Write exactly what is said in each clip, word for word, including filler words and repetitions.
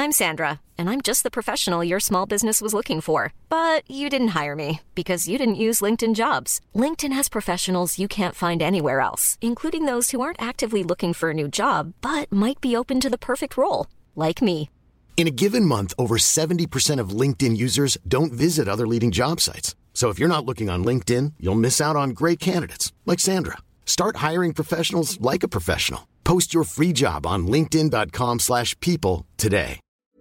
I'm Sandra, and I'm just the professional your small business was looking for. But you didn't hire me because you didn't use LinkedIn Jobs. LinkedIn has professionals you can't find anywhere else, including those who aren't actively looking for a new job, but might be open to the perfect role, like me. In a given month, over seventy percent of LinkedIn users don't visit other leading job sites. So if you're not looking on LinkedIn, you'll miss out on great candidates like Sandra. Start hiring professionals like a professional. Post your free job on linkedin.com slash people today.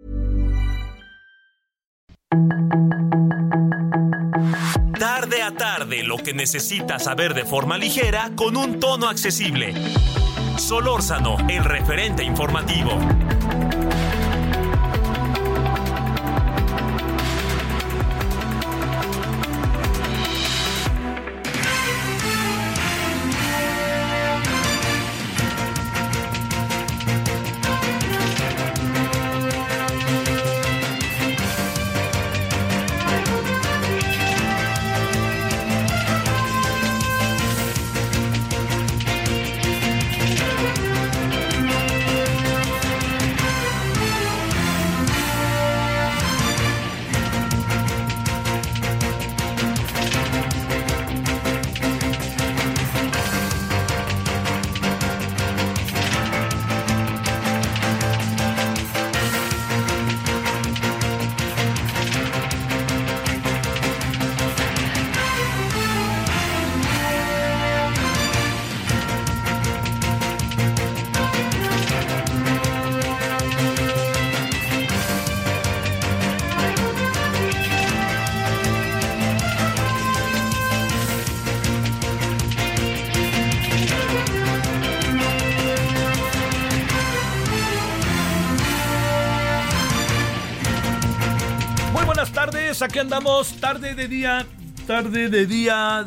Tarde a tarde, lo que necesitas saber de forma ligera con un tono accesible. Solórzano, el referente informativo. Aquí andamos, tarde de día, tarde de día,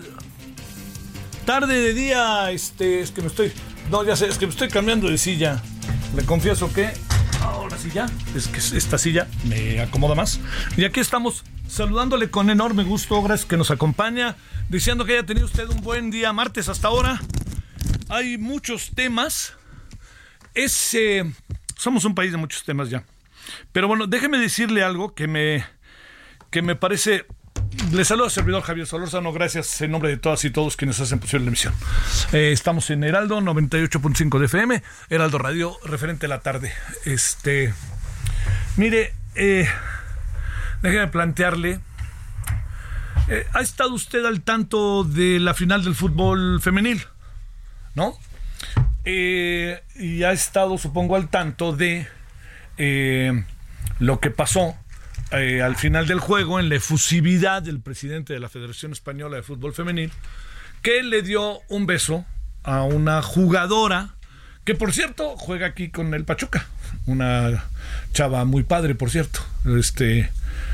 tarde de día, este, es que me estoy, no, ya sé, es que me estoy cambiando de silla. Le confieso que ahora sí ya, es que esta silla me acomoda más. Y aquí estamos saludándole con enorme gusto, gracias que nos acompaña, deseando que haya tenido usted un buen día martes hasta ahora. Hay muchos temas, es, eh, somos un país de muchos temas ya. Pero bueno, déjeme decirle algo que me... que me parece. Le saludo al servidor Javier Solórzano, gracias en nombre de todas y todos quienes hacen posible la emisión. Eh, estamos en Heraldo noventa y ocho punto cinco de F M, Heraldo Radio, referente a la tarde. Este, mire, eh, déjeme plantearle. Eh, ¿Ha estado usted al tanto de la final del fútbol femenil? ¿No? Eh, y ha estado, supongo, al tanto de eh, lo que pasó Eh, al final del juego, en la efusividad del presidente de la Federación Española de Fútbol Femenil, que le dio un beso a una jugadora que, por cierto, juega aquí con el Pachuca, una chava muy padre, por cierto, este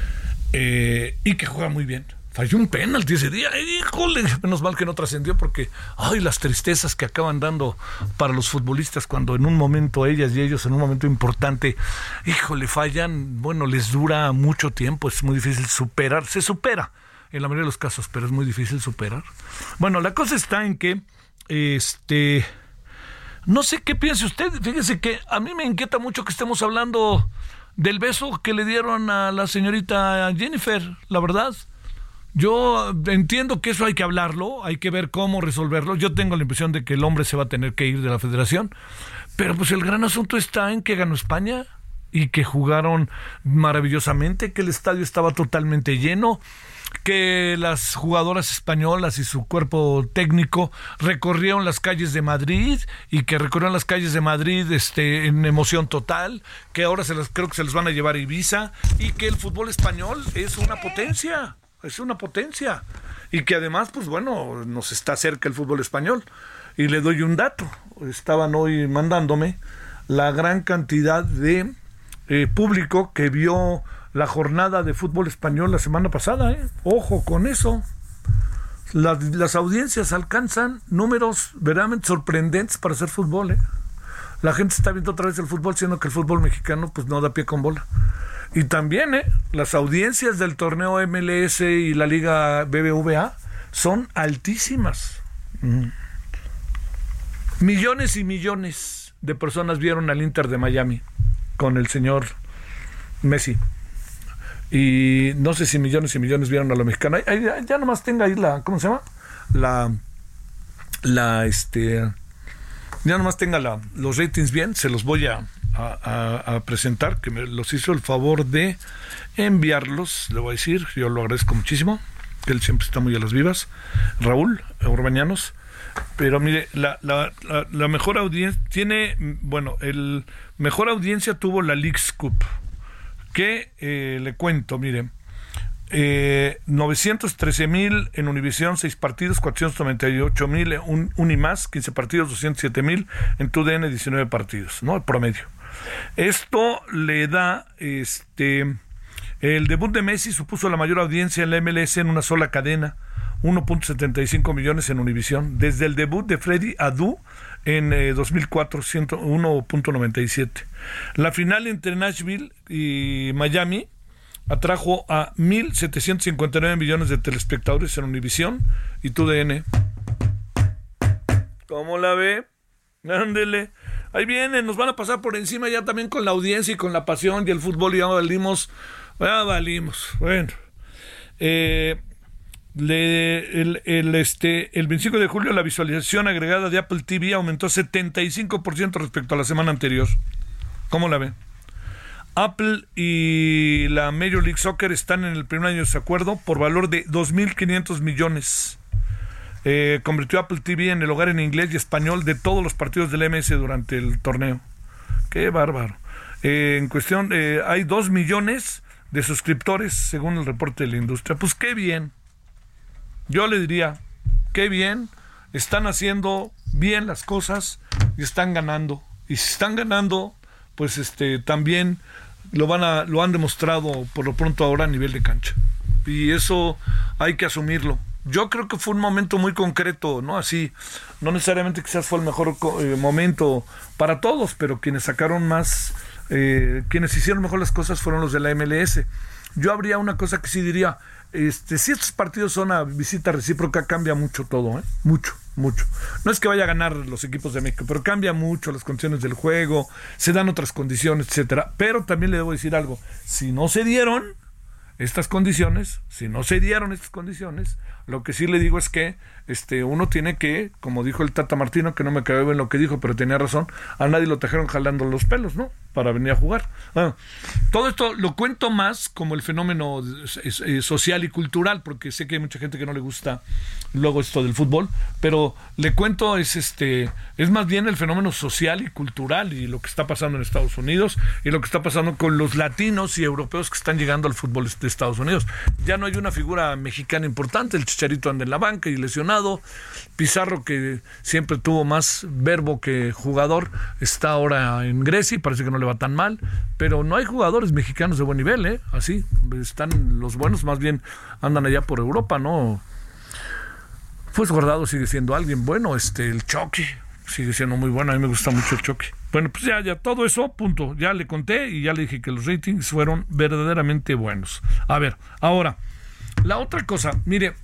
eh, y que juega muy bien. Falló un penalti ese día, híjole, menos mal que no trascendió, porque ay, las tristezas que acaban dando para los futbolistas cuando en un momento ellas y ellos en un momento importante, híjole, fallan, bueno, les dura mucho tiempo, es muy difícil superar, se supera en la mayoría de los casos, pero es muy difícil superar. Bueno, la cosa está en que este no sé qué piense usted, fíjese que a mí me inquieta mucho que estemos hablando del beso que le dieron a la señorita Jennifer, la verdad. Yo entiendo que eso hay que hablarlo, hay que ver cómo resolverlo. Yo tengo la impresión de que el hombre se va a tener que ir de la federación, pero pues el gran asunto está en que ganó España y que jugaron maravillosamente, que el estadio estaba totalmente lleno, que las jugadoras españolas y su cuerpo técnico recorrieron las calles de Madrid y que recorrieron las calles de Madrid este, en emoción total, que ahora se las, creo que se les van a llevar a Ibiza, y que el fútbol español es una potencia. Es una potencia. Y que además, pues bueno, nos está cerca el fútbol español. Y le doy un dato. Estaban hoy mandándome la gran cantidad de eh, público que vio la jornada de fútbol español la semana pasada. ¿eh? Ojo con eso. Las, las audiencias alcanzan números verdaderamente sorprendentes para hacer fútbol. ¿eh? La gente está viendo otra vez el fútbol, siendo que el fútbol mexicano pues no da pie con bola. Y también ¿eh? las audiencias del torneo M L S y la Liga B B V A son altísimas. Mm. Millones y millones de personas vieron al Inter de Miami con el señor Messi. Y no sé si millones y millones vieron a la mexicana. Ahí, ahí, ya nomás tenga ahí la, ¿cómo se llama? La, la, este, ya nomás tenga la, los ratings bien, se los voy a, a, a, a presentar, que me los hizo el favor de enviarlos, le voy a decir, yo lo agradezco muchísimo, que él siempre está muy a las vivas, Raúl Urbañanos. Pero mire, la, la, la, la mejor audiencia tiene, bueno, el mejor audiencia tuvo la Leagues Cup, que eh, le cuento, mire, eh, novecientos trece mil en Univisión, seis partidos, cuatrocientos noventa y ocho mil un, un y más, quince partidos, doscientos siete mil en T U D N, diecinueve partidos, ¿no? El promedio. Esto le da, este, el debut de Messi supuso la mayor audiencia en la M L S en una sola cadena, uno punto setenta y cinco millones en Univisión, desde el debut de Freddy Adu en eh, dos mil cuatro, uno punto noventa y siete. La final entre Nashville y Miami atrajo a mil setecientos cincuenta y nueve millones de telespectadores en Univisión y T U D N. ¿Cómo la ve? Ándele. Ahí vienen, nos van a pasar por encima ya también con la audiencia y con la pasión y el fútbol, y ya valimos, ya valimos. Bueno, eh... Le, el, el, este, el veinticinco de julio la visualización agregada de Apple T V aumentó setenta y cinco por ciento respecto a la semana anterior. ¿Cómo la ven? Apple y la Major League Soccer están en el primer año de su acuerdo por valor de dos mil quinientos millones. Eh, convirtió Apple T V en el hogar en inglés y español de todos los partidos del M S durante el torneo. ¡Qué bárbaro! Eh, en cuestión, eh, hay dos millones de suscriptores según el reporte de la industria. Pues qué bien. Yo le diría, qué bien, están haciendo bien las cosas y están ganando. Y si están ganando, pues este también lo van a, lo han demostrado por lo pronto ahora a nivel de cancha. Y eso hay que asumirlo. Yo creo que fue un momento muy concreto, ¿no? Así, no necesariamente quizás fue el mejor eh, momento para todos, pero quienes sacaron más, eh, quienes hicieron mejor las cosas fueron los de la M L S. Yo habría una cosa que sí diría, este, si estos partidos son a visita recíproca, cambia mucho todo, ¿eh? Mucho, mucho. No es que vaya a ganar los equipos de México, pero cambia mucho las condiciones del juego, se dan otras condiciones, etcétera. Pero también le debo decir algo, si no se dieron estas condiciones, si no se dieron estas condiciones, lo que sí le digo es que este uno tiene que, como dijo el Tata Martino, que no me cabe bien lo que dijo, pero tenía razón, a nadie lo trajeron jalando los pelos, ¿no? Para venir a jugar. Bueno, todo esto lo cuento más como el fenómeno eh, social y cultural, porque sé que hay mucha gente que no le gusta luego esto del fútbol, pero le cuento es este es más bien el fenómeno social y cultural y lo que está pasando en Estados Unidos y lo que está pasando con los latinos y europeos que están llegando al fútbol de Estados Unidos. Ya no hay una figura mexicana importante, el Chicharito anda en la banca y lesionado, Pizarro, que siempre tuvo más verbo que jugador, está ahora en Grecia y parece que no le va tan mal, pero no hay jugadores mexicanos de buen nivel, ¿eh? Así, están los buenos, más bien andan allá por Europa, ¿no? Pues Guardado sigue siendo alguien bueno, este, el Chucky sigue siendo muy bueno, a mí me gusta mucho el Chucky. Bueno, pues ya, ya, todo eso, punto, ya le conté y ya le dije que los ratings fueron verdaderamente buenos. A ver, ahora, la otra cosa, mire,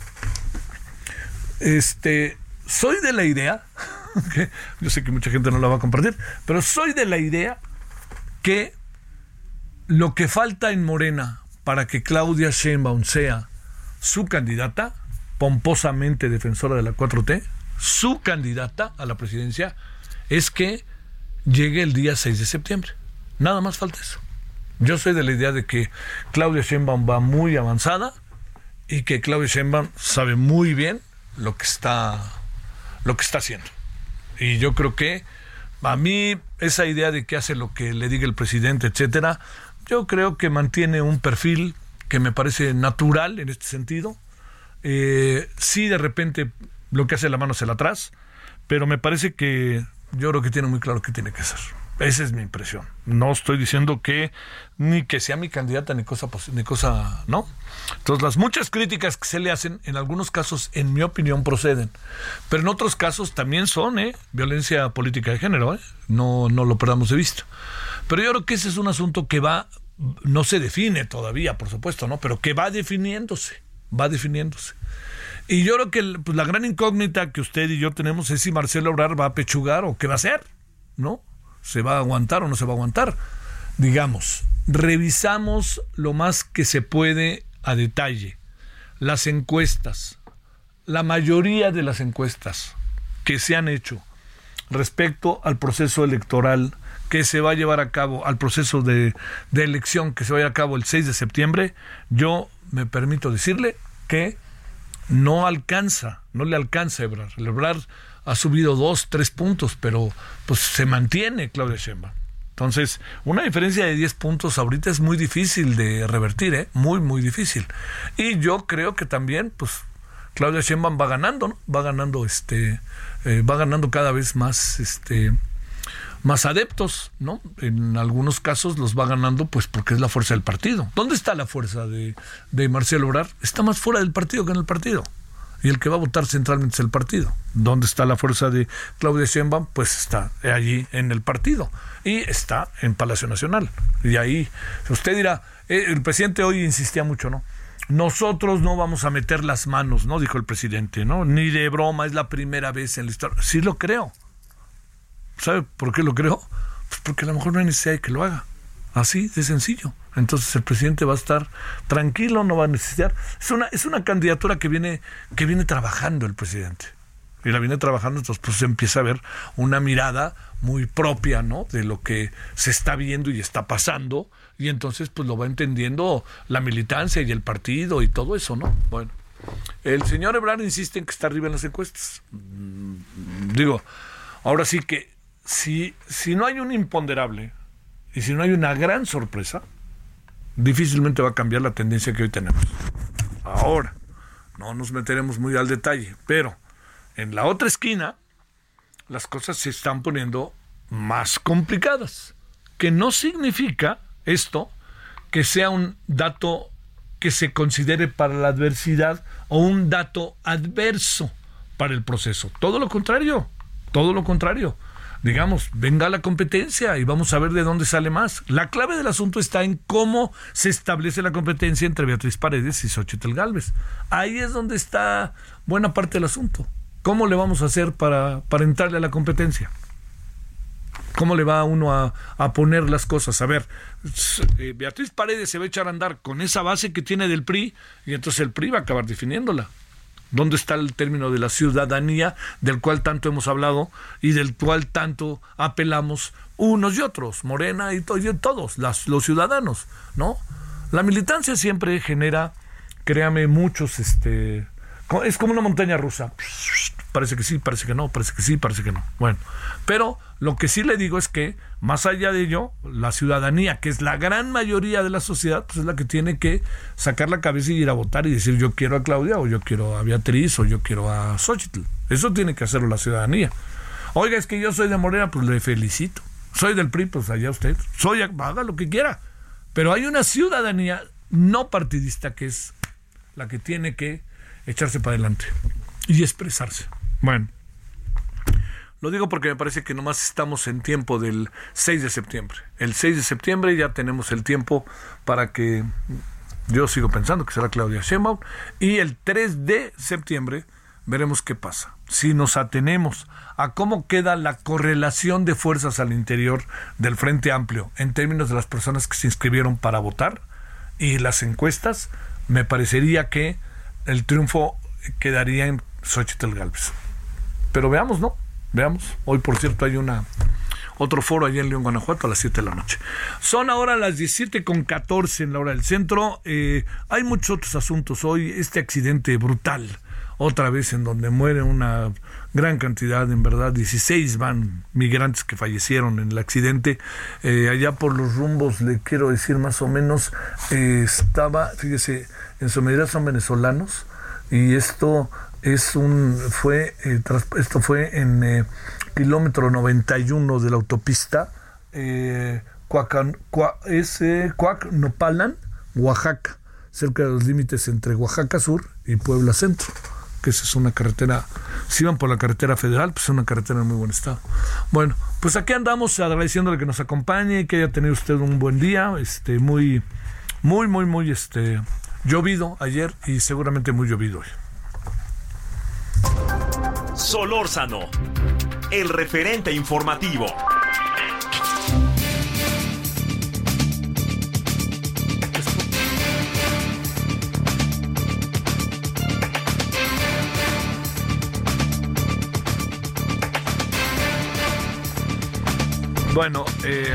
este, soy de la idea, que yo sé que mucha gente no la va a compartir, pero soy de la idea que lo que falta en Morena para que Claudia Sheinbaum sea su candidata, pomposamente defensora de la cuatro T, su candidata a la presidencia, es que llegue el día seis de septiembre. Nada más falta eso. Yo soy de la idea de que Claudia Sheinbaum va muy avanzada y que Claudia Sheinbaum sabe muy bien lo que está, lo que está haciendo. Y yo creo que a mí esa idea de que hace lo que le diga el presidente, etcétera, yo creo que mantiene un perfil que me parece natural en este sentido. Eh, sí, de repente lo que hace la mano se la atrás, pero me parece que yo creo que tiene muy claro qué tiene que hacer. Esa es mi impresión. No estoy diciendo que ni que sea mi candidata ni cosa, ni cosa, ¿no? Entonces, las muchas críticas que se le hacen, en algunos casos, en mi opinión, proceden. Pero en otros casos también son, ¿eh? Violencia política de género, ¿eh? No, no lo perdamos de vista. Pero yo creo que ese es un asunto que va, no se define todavía, por supuesto, ¿no? Pero que va definiéndose, va definiéndose. Y yo creo que pues, la gran incógnita que usted y yo tenemos es si Marcelo Ebrard va a pechugar o qué va a hacer, ¿no? ¿Se va a aguantar o no se va a aguantar? Digamos, revisamos lo más que se puede a detalle las encuestas, la mayoría de las encuestas que se han hecho respecto al proceso electoral que se va a llevar a cabo, al proceso de, de elección que se va a llevar a cabo el seis de septiembre, yo me permito decirle que no alcanza, no le alcanza a Ebrard. El Ebrard ha subido dos, tres puntos, pero pues se mantiene Claudia Sheinbaum. Entonces, una diferencia de diez puntos ahorita es muy difícil de revertir, ¿eh? Muy, muy difícil. Y yo creo que también, pues, Claudia Sheinbaum va ganando, ¿no? Va ganando, este, eh, va ganando cada vez más, este, más adeptos, ¿no? En algunos casos los va ganando, pues, porque es la fuerza del partido. ¿Dónde está la fuerza de, de Marcelo Ebrard? Está más fuera del partido que en el partido. Y el que va a votar centralmente es el partido. ¿Dónde está la fuerza de Claudia Sheinbaum? Pues está allí en el partido. Y está en Palacio Nacional. Y ahí, usted dirá, eh, el presidente hoy insistía mucho, ¿no? Nosotros no vamos a meter las manos, ¿no? Dijo el presidente, ¿no? Ni de broma, es la primera vez en la historia. Sí lo creo. ¿Sabe por qué lo creo? Pues porque a lo mejor no hay necesidad de que lo haga. Así de sencillo. Entonces el presidente va a estar tranquilo, no va a necesitar. Es una, es una candidatura que viene, que viene trabajando el presidente. Y la viene trabajando, entonces pues se empieza a ver una mirada muy propia, ¿no? De lo que se está viendo y está pasando. Y entonces pues lo va entendiendo la militancia y el partido y todo eso, ¿no? Bueno, el señor Ebrard insiste en que está arriba en las encuestas. Digo, ahora sí que si, si no hay un imponderable y si no hay una gran sorpresa, difícilmente va a cambiar la tendencia que hoy tenemos. Ahora, no nos meteremos muy al detalle, pero en la otra esquina las cosas se están poniendo más complicadas, que no significa esto que sea un dato que se considere para la adversidad o un dato adverso para el proceso. Todo lo contrario, todo lo contrario. Digamos, venga la competencia y vamos a ver de dónde sale más. La clave del asunto está en cómo se establece la competencia entre Beatriz Paredes y Xóchitl Gálvez. Ahí es donde está buena parte del asunto. ¿Cómo le vamos a hacer para, para entrarle a la competencia? ¿Cómo le va uno a, a poner las cosas? A ver, Beatriz Paredes se va a echar a andar con esa base que tiene del P R I y entonces el P R I va a acabar definiéndola. ¿Dónde está el término de la ciudadanía del cual tanto hemos hablado y del cual tanto apelamos unos y otros, Morena y, to- y todos, las, los ciudadanos, ¿no? La militancia siempre genera, créame, muchos, este, es como una montaña rusa. Parece que sí, parece que no, parece que sí, parece que no. Bueno, pero lo que sí le digo es que, más allá de ello, la ciudadanía, que es la gran mayoría de la sociedad, pues es la que tiene que sacar la cabeza y ir a votar y decir yo quiero a Claudia, o yo quiero a Beatriz, o yo quiero a Xóchitl. Eso tiene que hacerlo la ciudadanía. Oiga, es que yo soy de Morena, pues le felicito. Soy del P R I, pues allá usted. Soy, haga lo que quiera. Pero hay una ciudadanía no partidista que es la que tiene que echarse para adelante y expresarse. Bueno, lo digo porque me parece que nomás estamos en tiempo del seis de septiembre. El seis de septiembre ya tenemos el tiempo para que, yo sigo pensando que será Claudia Sheinbaum, y el tres de septiembre veremos qué pasa. Si nos atenemos a cómo queda la correlación de fuerzas al interior del Frente Amplio en términos de las personas que se inscribieron para votar y las encuestas, me parecería que el triunfo quedaría en Xóchitl Gálvez. Pero veamos, ¿no? Veamos. Hoy, por cierto, hay una otro foro allá en León, Guanajuato, a las siete de la noche. Son ahora las diecisiete con catorce en la hora del centro. Eh, hay muchos otros asuntos hoy. Este accidente brutal, otra vez en donde muere una gran cantidad, en verdad, dieciséis van migrantes que fallecieron en el accidente. Eh, allá por los rumbos, le quiero decir más o menos, eh, estaba, fíjese, en su mayoría son venezolanos, y esto es un fue eh, tras, esto fue en eh, kilómetro noventa y uno de la autopista eh, Cuacan, Cua, es, eh, Cuacnopalan, Oaxaca, cerca de los límites entre Oaxaca Sur y Puebla Centro, que esa es una carretera, si van por la carretera federal, pues es una carretera en muy buen estado. Bueno, pues aquí andamos agradeciéndole que nos acompañe, que haya tenido usted un buen día, este muy, muy, muy, muy este llovido ayer y seguramente muy llovido hoy. Solórzano, el referente informativo. Bueno, eh,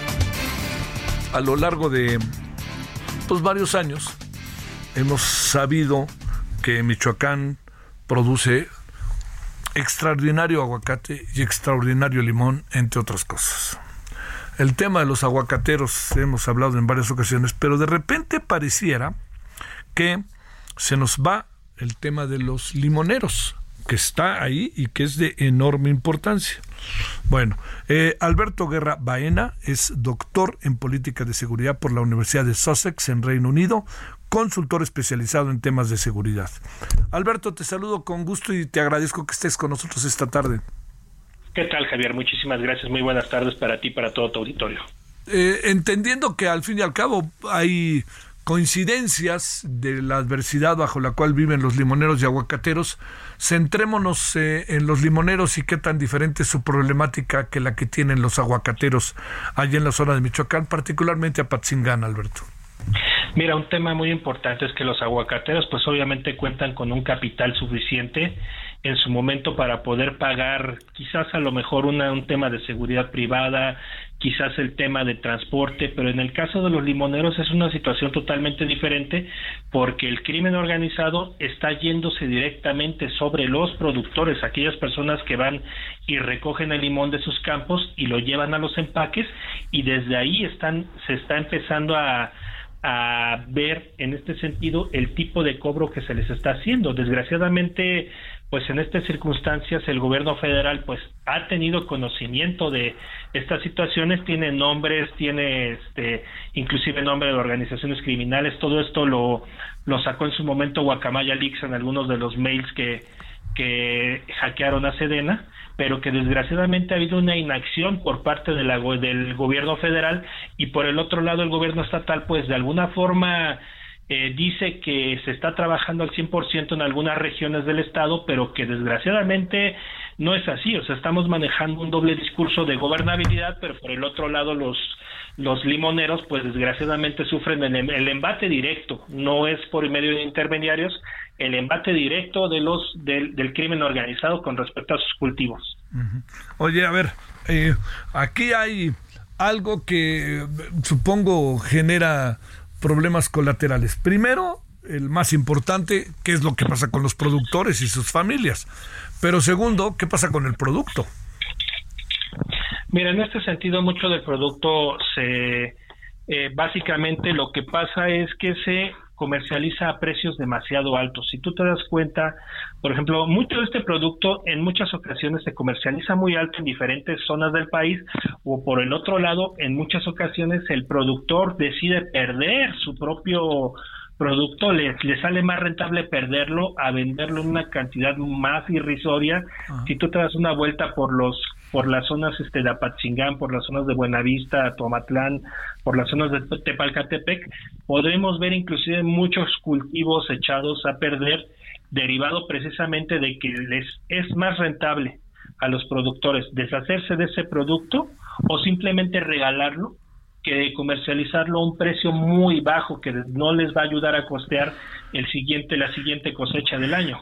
a lo largo de pues, varios años hemos sabido que Michoacán produce extraordinario aguacate y extraordinario limón, entre otras cosas. El tema de los aguacateros hemos hablado en varias ocasiones, pero de repente pareciera que se nos va el tema de los limoneros, que está ahí y que es de enorme importancia. Bueno, eh, Alberto Guerra Baena es doctor en política de seguridad por la Universidad de Sussex en Reino Unido, consultor especializado en temas de seguridad. Alberto, te saludo con gusto y te agradezco que estés con nosotros esta tarde. ¿Qué tal, Javier? Muchísimas gracias. Muy buenas tardes para ti y para todo tu auditorio. Eh, entendiendo que al fin y al cabo hay coincidencias de la adversidad bajo la cual viven los limoneros y aguacateros, centrémonos eh, en los limoneros y qué tan diferente es su problemática que la que tienen los aguacateros allá en la zona de Michoacán, particularmente Apatzingán, Alberto. Mira, un tema muy importante es que los aguacateros pues obviamente cuentan con un capital suficiente en su momento para poder pagar quizás a lo mejor una, un tema de seguridad privada, quizás el tema de transporte, pero en el caso de los limoneros es una situación totalmente diferente porque el crimen organizado está yéndose directamente sobre los productores, aquellas personas que van y recogen el limón de sus campos y lo llevan a los empaques y desde ahí están se está empezando a a ver en este sentido el tipo de cobro que se les está haciendo. Desgraciadamente, pues en estas circunstancias el gobierno federal pues ha tenido conocimiento de estas situaciones, tiene nombres, tiene este inclusive nombre de organizaciones criminales, todo esto lo lo sacó en su momento Guacamaya Leaks en algunos de los mails que que hackearon a Sedena, pero que desgraciadamente ha habido una inacción por parte de la, del gobierno federal y por el otro lado el gobierno estatal pues de alguna forma eh, dice que se está trabajando al cien por ciento en algunas regiones del estado, pero que desgraciadamente no es así, o sea, estamos manejando un doble discurso de gobernabilidad, pero por el otro lado los los limoneros pues desgraciadamente sufren el, el embate directo, no es por medio de intermediarios, el embate directo de los del, del crimen organizado con respecto a sus cultivos. Uh-huh. Oye, a ver, eh, aquí hay algo que supongo genera problemas colaterales. Primero, el más importante, ¿qué es lo que pasa con los productores y sus familias? Pero segundo, ¿qué pasa con el producto? Mira, en este sentido mucho del producto se eh, básicamente lo que pasa es que se comercializa a precios demasiado altos. Si tú te das cuenta, por ejemplo, mucho de este producto en muchas ocasiones se comercializa muy alto en diferentes zonas del país, o por el otro lado, en muchas ocasiones el productor decide perder su propio producto, le, le sale más rentable perderlo a venderlo en una cantidad más irrisoria. Uh-huh. Si tú te das una vuelta por los por las zonas este de Apatzingán, por las zonas de Buenavista, Tomatlán, por las zonas de Tepalcatepec, podremos ver inclusive muchos cultivos echados a perder, derivado precisamente de que les es más rentable a los productores deshacerse de ese producto o simplemente regalarlo que comercializarlo a un precio muy bajo que no les va a ayudar a costear el siguiente la siguiente cosecha del año.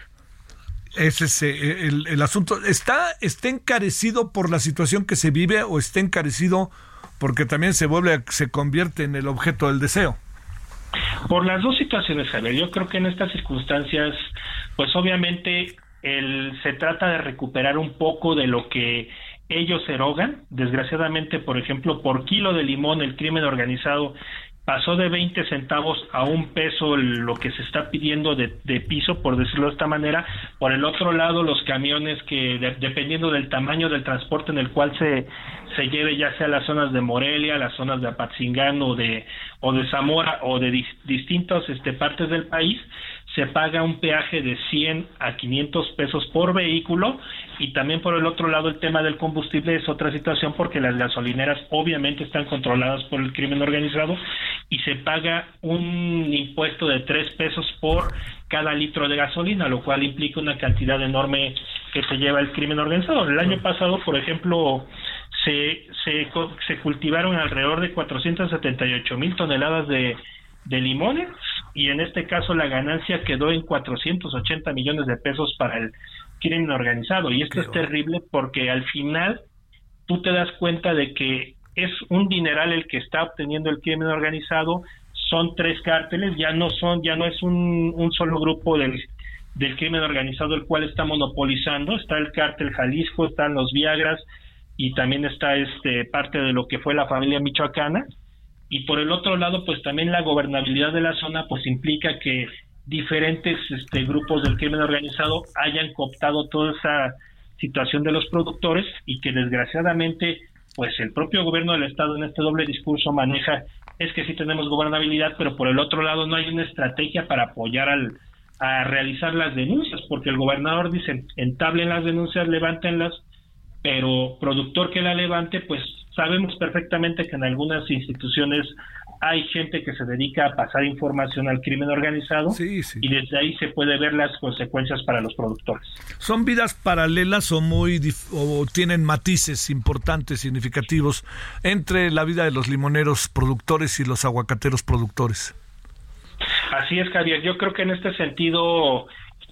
Ese es el, el asunto. ¿Está, ¿Está encarecido por la situación que se vive o está encarecido porque también se vuelve, se convierte en el objeto del deseo? Por las dos situaciones, Javier. Yo creo que en estas circunstancias, pues obviamente el, se trata de recuperar un poco de lo que ellos erogan. Desgraciadamente, por ejemplo, por kilo de limón el crimen organizado pasó de veinte centavos a un peso lo que se está pidiendo de, de piso, por decirlo de esta manera. Por el otro lado, los camiones que de, dependiendo del tamaño del transporte en el cual se se lleve, ya sea a las zonas de Morelia, las zonas de Apatzingán o de o de Zamora o de dis, distintas este, partes del país, se paga un peaje de cien a quinientos pesos por vehículo. Y también por el otro lado el tema del combustible es otra situación porque las gasolineras obviamente están controladas por el crimen organizado y se paga un impuesto de tres pesos por cada litro de gasolina, lo cual implica una cantidad enorme que se lleva el crimen organizado. El año pasado, por ejemplo, se se, se cultivaron alrededor de cuatrocientos setenta y ocho mil toneladas de, de limones y en este caso la ganancia quedó en cuatrocientos ochenta millones de pesos para el crimen organizado. Y esto es terrible porque al final tú te das cuenta de que es un dineral el que está obteniendo el crimen organizado. Son tres cárteles, ya no son, ya no es un, un solo grupo del, del crimen organizado el cual está monopolizando. Está el cártel Jalisco, están los Viagras y también está este parte de lo que fue la familia michoacana. Y por el otro lado, pues también la gobernabilidad de la zona pues implica que diferentes este, grupos del crimen organizado hayan cooptado toda esa situación de los productores y que desgraciadamente pues el propio gobierno del estado en este doble discurso maneja, es que sí tenemos gobernabilidad, pero por el otro lado no hay una estrategia para apoyar al a realizar las denuncias, porque el gobernador dice, entablen las denuncias, levántenlas, pero productor que la levante, pues sabemos perfectamente que en algunas instituciones hay gente que se dedica a pasar información al crimen organizado, sí, sí. y desde ahí se puede ver las consecuencias para los productores. ¿Son vidas paralelas o muy dif- o tienen matices importantes, significativos entre la vida de los limoneros productores y los aguacateros productores? Así es, Javier. Yo creo que en este sentido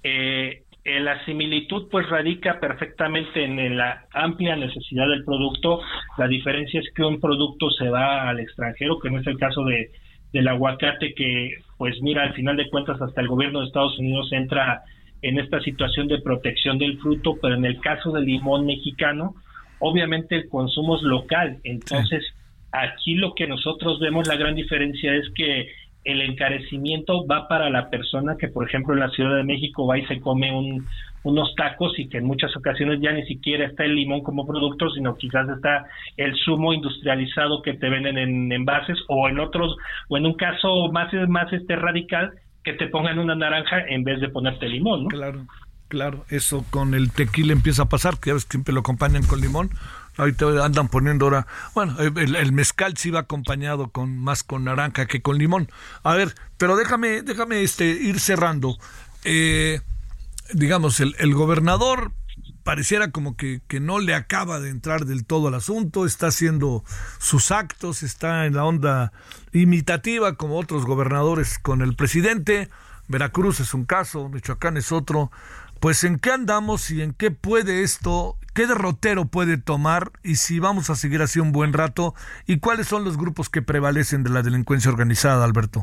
eh, la similitud pues radica perfectamente en la amplia necesidad del producto. La diferencia es que un producto se va al extranjero, que no es el caso de del aguacate, que pues mira, al final de cuentas hasta el gobierno de Estados Unidos entra en esta situación de protección del fruto, pero en el caso del limón mexicano, obviamente el consumo es local. Entonces, sí. Aquí lo que nosotros vemos, la gran diferencia es que el encarecimiento va para la persona que, por ejemplo, en la Ciudad de México va y se come un, unos tacos y que en muchas ocasiones ya ni siquiera está el limón como producto, sino quizás está el zumo industrializado que te venden en envases, o en otros, o en un caso más, más este radical, que te pongan una naranja en vez de ponerte limón, ¿no? Claro, claro, eso con el tequila empieza a pasar, que ya ves que siempre lo acompañan con limón. Ahorita andan poniendo ahora, bueno, el, el mezcal sí va acompañado con más con naranja que con limón. A ver, pero déjame, déjame este ir cerrando. Eh, digamos, el, el gobernador pareciera como que, que no le acaba de entrar del todo al asunto, está haciendo sus actos, está en la onda imitativa como otros gobernadores con el presidente. Veracruz es un caso, Michoacán es otro. Pues ¿en qué andamos y en qué puede esto, qué derrotero puede tomar, y si vamos a seguir así un buen rato, y cuáles son los grupos que prevalecen de la delincuencia organizada, Alberto?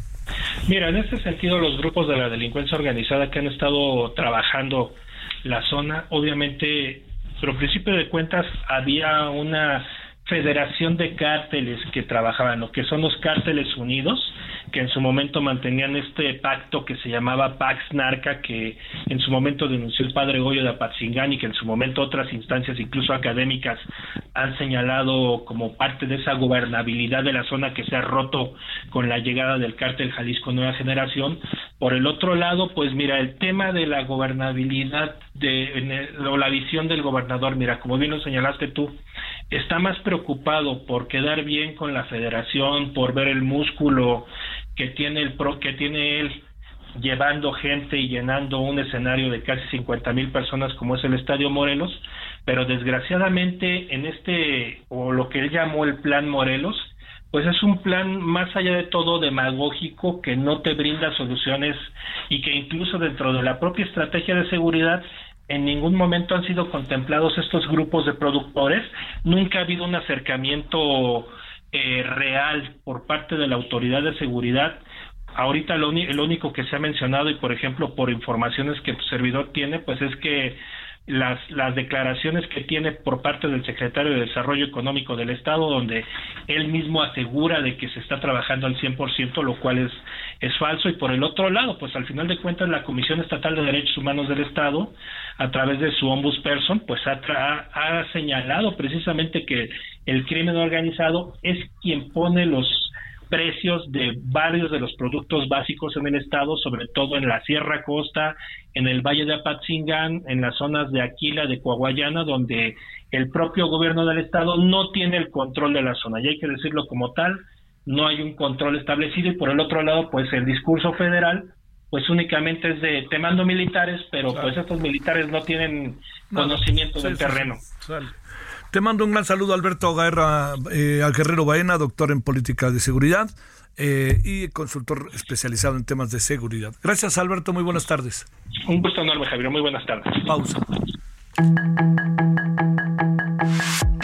Mira, en este sentido los grupos de la delincuencia organizada que han estado trabajando la zona, obviamente, pero al principio de cuentas había una federación de cárteles que trabajaban, lo que son los cárteles unidos, que en su momento mantenían este pacto que se llamaba Pax Narca, que en su momento denunció el padre Goyo de Apatzingán y que en su momento otras instancias, incluso académicas, han señalado como parte de esa gobernabilidad de la zona que se ha roto con la llegada del cártel Jalisco Nueva Generación. Por el otro lado, pues mira, el tema de la gobernabilidad de, o la visión del gobernador, mira, como bien lo señalaste tú, está más preocupado por quedar bien con la federación, por ver el músculo que tiene el pro, que tiene él llevando gente y llenando un escenario de casi cincuenta mil personas como es el Estadio Morelos, pero desgraciadamente en este, o lo que él llamó el Plan Morelos, pues es un plan más allá de todo demagógico, que no te brinda soluciones y que incluso dentro de la propia estrategia de seguridad en ningún momento han sido contemplados estos grupos de productores. Nunca ha habido un acercamiento eh, real por parte de la autoridad de seguridad. Ahorita lo, lo único que se ha mencionado, y por ejemplo por informaciones que tu servidor tiene, pues es que las las declaraciones que tiene por parte del secretario de Desarrollo Económico del Estado, donde él mismo asegura de que se está trabajando al cien por ciento, lo cual es es falso. Y por el otro lado, pues al final de cuentas la Comisión Estatal de Derechos Humanos del Estado, a través de su ombudsperson, pues ha, tra- ha señalado precisamente que el crimen organizado es quien pone los precios de varios de los productos básicos en el estado, sobre todo en la Sierra Costa, en el Valle de Apatzingán, en las zonas de Aquila, de Coahuayana, donde el propio gobierno del estado no tiene el control de la zona, y hay que decirlo como tal, no hay un control establecido. Y por el otro lado, pues el discurso federal, pues únicamente es de te mando militares, pero claro, pues estos militares no tienen no, conocimiento sí, del sí, terreno. Sí, sí. Te mando un gran saludo, Alberto Guerra, eh, al Guerrero Baena, doctor en política de seguridad eh, y consultor especializado en temas de seguridad. Gracias, Alberto, muy buenas tardes. Un gusto enorme, Javier, muy buenas tardes. Pausa. El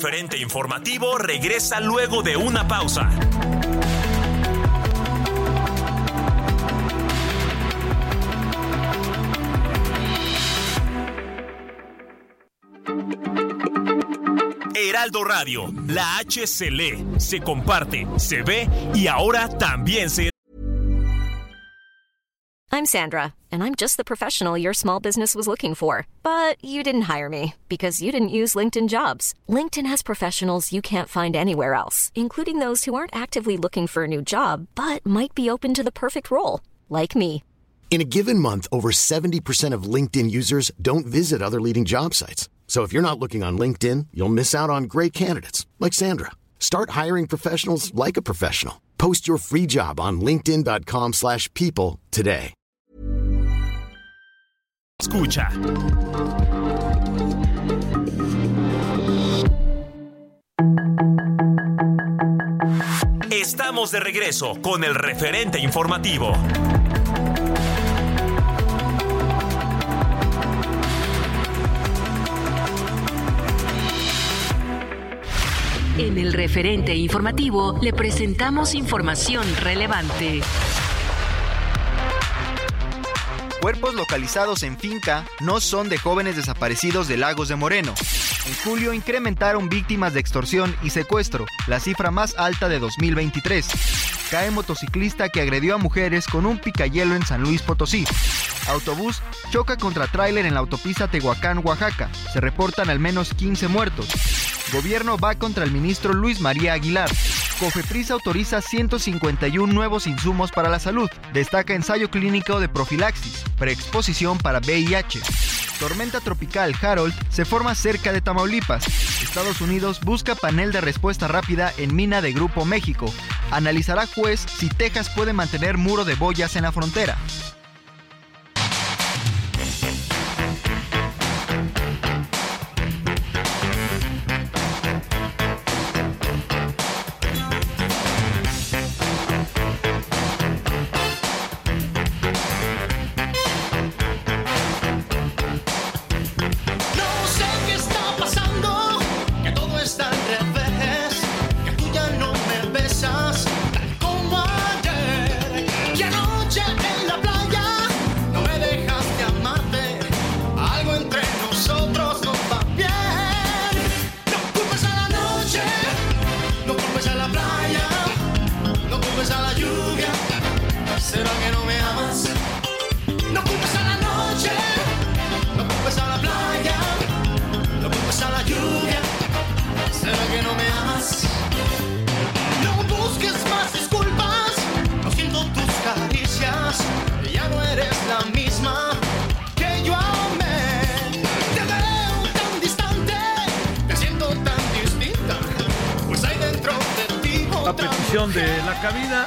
referente informativo regresa luego de una pausa. Heraldo Radio, la H se lee, se comparte, se ve y ahora también se... I'm Sandra, and I'm just the professional your small business was looking for. But you didn't hire me because you didn't use LinkedIn Jobs. LinkedIn has professionals you can't find anywhere else, including those who aren't actively looking for a new job, but might be open to the perfect role, like me. In a given month, over seventy percent of LinkedIn users don't visit other leading job sites. So if you're not looking on LinkedIn, you'll miss out on great candidates like Sandra. Start hiring professionals like a professional. Post your free job on linkedin dot com slash people today. Escucha. Estamos de regreso con el referente informativo. En el referente informativo le presentamos información relevante. Cuerpos localizados en finca no son de jóvenes desaparecidos de Lagos de Moreno. En julio incrementaron víctimas de extorsión y secuestro, la cifra más alta de dos mil veintitrés. Cae motociclista que agredió a mujeres con un picayelo en San Luis Potosí. Autobús choca contra tráiler en la autopista Tehuacán, Oaxaca. Se reportan al menos quince muertos. Gobierno va contra el ministro Luis María Aguilar. Cofepris autoriza ciento cincuenta y uno nuevos insumos para la salud. Destaca ensayo clínico de profilaxis, preexposición para V I H. Tormenta tropical Harold se forma cerca de Tamaulipas. Estados Unidos busca panel de respuesta rápida en mina de Grupo México. Analizará juez si Texas puede mantener muro de boyas en la frontera. De la cabina,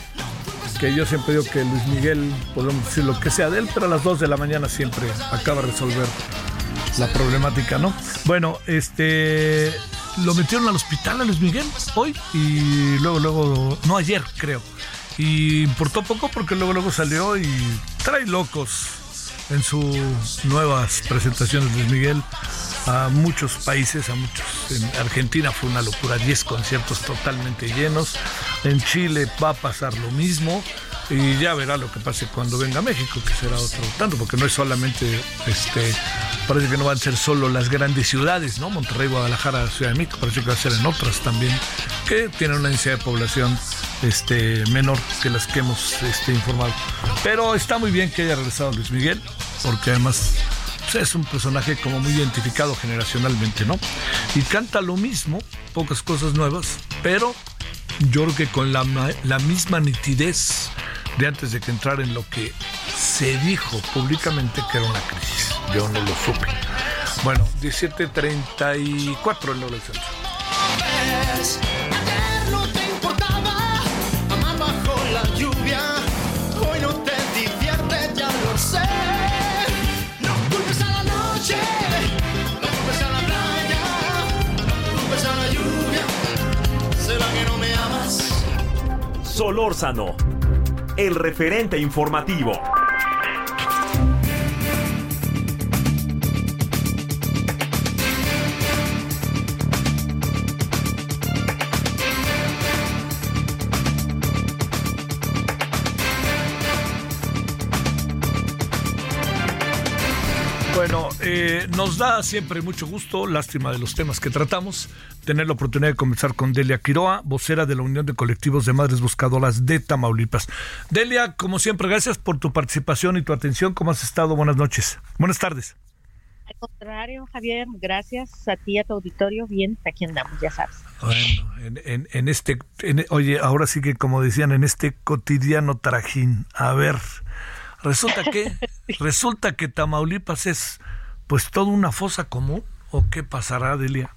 que yo siempre digo que Luis Miguel, podemos decir lo que sea de él, pero a las dos de la mañana siempre acaba de resolver la problemática, ¿no? Bueno, este lo metieron al hospital a Luis Miguel hoy y luego, luego, no ayer creo, y importó poco porque luego, luego salió y trae locos en sus nuevas presentaciones Luis Miguel a muchos países, a muchos. En Argentina fue una locura, diez conciertos totalmente llenos. En Chile va a pasar lo mismo y ya verá lo que pase cuando venga a México, que será otro tanto, porque no es solamente, este, parece que no van a ser solo las grandes ciudades, ¿no? Monterrey, Guadalajara, Ciudad de México, parece que va a ser en otras también, que tienen una densidad de población este, menor que las que hemos este, informado. Pero está muy bien que haya regresado Luis Miguel, porque además pues, es un personaje como muy identificado generacionalmente, ¿no? Y canta lo mismo, pocas cosas nuevas, pero yo creo que con la, la misma nitidez de antes de que entrara en lo que se dijo públicamente que era una crisis. Yo no lo supe. Bueno, diecisiete treinta y cuatro en hora del centro. Ayer no te importaba amar bajo la lluvia, hoy no te divierte, ya lo sé. No culpes a la noche, no culpes a la playa, no culpes a la lluvia. ¿Será que no me amas? Solórzano, el referente informativo. Bueno, eh, nos da siempre mucho gusto, lástima de los temas que tratamos, tener la oportunidad de conversar con Delia Quiroa, vocera de la Unión de Colectivos de Madres Buscadoras de Tamaulipas. Delia, como siempre, gracias por tu participación y tu atención. ¿Cómo has estado? Buenas noches. Buenas tardes. Al contrario, Javier, gracias a ti y a tu auditorio. Bien, aquí andamos, ya sabes. Bueno, en, en, en este, en, oye, ahora sí que como decían, en este cotidiano trajín. A ver, resulta que, resulta que Tamaulipas es, pues, toda una fosa común, ¿o qué pasará, Delia?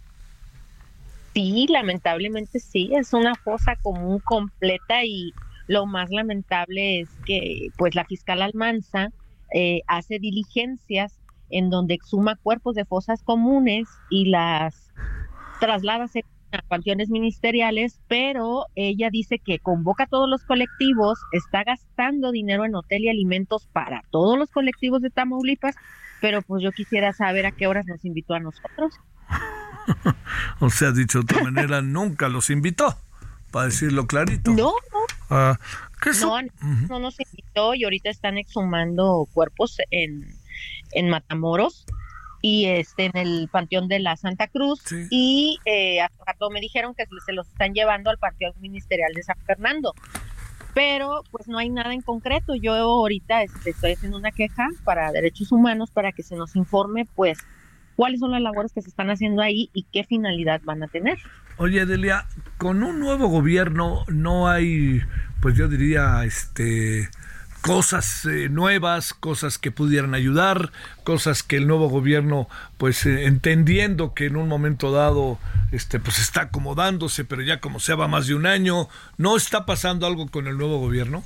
Sí, lamentablemente sí, es una fosa común completa, y lo más lamentable es que, pues, la fiscal Almanza eh, hace diligencias en donde exhuma cuerpos de fosas comunes y las traslada a panteones ministeriales, pero ella dice que convoca a todos los colectivos, está gastando dinero en hotel y alimentos para todos los colectivos de Tamaulipas, pero pues yo quisiera saber a qué horas nos invitó a nosotros. O sea, dicho de otra manera, nunca los invitó, para decirlo clarito. No, no. Ah, ¿qué no, no, uh-huh. no nos invitó, y ahorita están exhumando cuerpos en en Matamoros y este en el Panteón de la Santa Cruz, sí. y eh, hace rato me dijeron que se los están llevando al Panteón Ministerial de San Fernando, pero pues no hay nada en concreto. Yo ahorita este, estoy haciendo una queja para Derechos Humanos para que se nos informe pues cuáles son las labores que se están haciendo ahí y qué finalidad van a tener. Oye, Delia, con un nuevo gobierno no hay, pues yo diría, este... cosas eh, nuevas, cosas que pudieran ayudar, cosas que el nuevo gobierno, pues eh, entendiendo que en un momento dado este pues está acomodándose, pero ya como sea va más de un año, ¿no está pasando algo con el nuevo gobierno?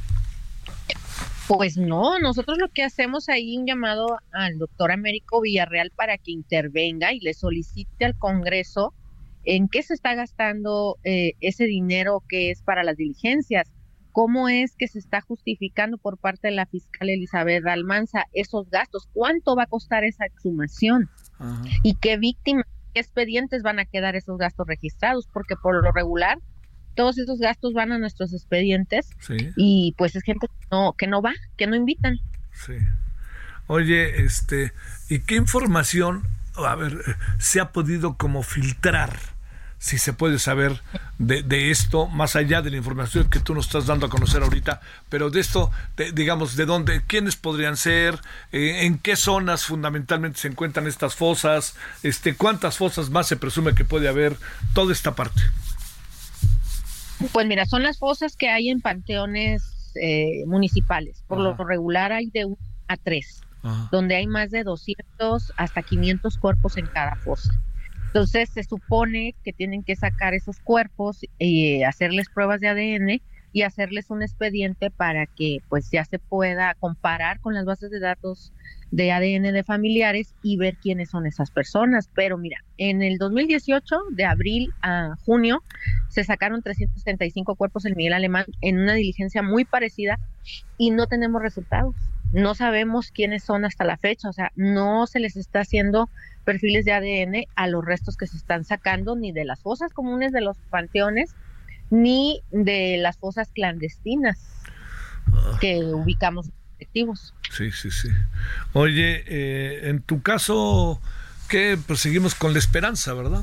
Pues no, nosotros lo que hacemos ahí un llamado al doctor Américo Villarreal para que intervenga y le solicite al Congreso en qué se está gastando eh, ese dinero que es para las diligencias. ¿Cómo es que se está justificando por parte de la fiscal Elizabeth Almanza esos gastos? ¿Cuánto va a costar esa exhumación? Ajá. ¿Y qué víctimas, qué expedientes van a quedar esos gastos registrados? Porque por lo regular, todos esos gastos van a nuestros expedientes, sí. y pues es gente que no, que no va, que no invitan. Sí. Oye, este, ¿y qué información, a ver, se ha podido como filtrar? Si se puede saber de, de esto, más allá de la información que tú nos estás dando a conocer ahorita, pero de esto, de, digamos, de dónde, quiénes podrían ser, eh, en qué zonas fundamentalmente se encuentran estas fosas, este, cuántas fosas más se presume que puede haber, toda esta parte. Pues mira, son las fosas que hay en panteones eh, municipales. Por Ajá. lo regular hay de uno a tres, Ajá. donde hay más de doscientos hasta quinientos cuerpos en cada fosa. Entonces se supone que tienen que sacar esos cuerpos y eh, hacerles pruebas de A D N y hacerles un expediente para que pues ya se pueda comparar con las bases de datos de A D N de familiares y ver quiénes son esas personas. Pero mira, en el dos mil dieciocho, de abril a junio, se sacaron trescientos setenta y cinco cuerpos en Miguel Alemán en una diligencia muy parecida y no tenemos resultados. No sabemos quiénes son hasta la fecha, o sea, no se les está haciendo perfiles de A D N a los restos que se están sacando, ni de las fosas comunes de los panteones, ni de las fosas clandestinas que ubicamos en colectivos. Sí, sí, sí. Oye, eh, en tu caso, ¿qué? Pues seguimos con la esperanza, ¿verdad?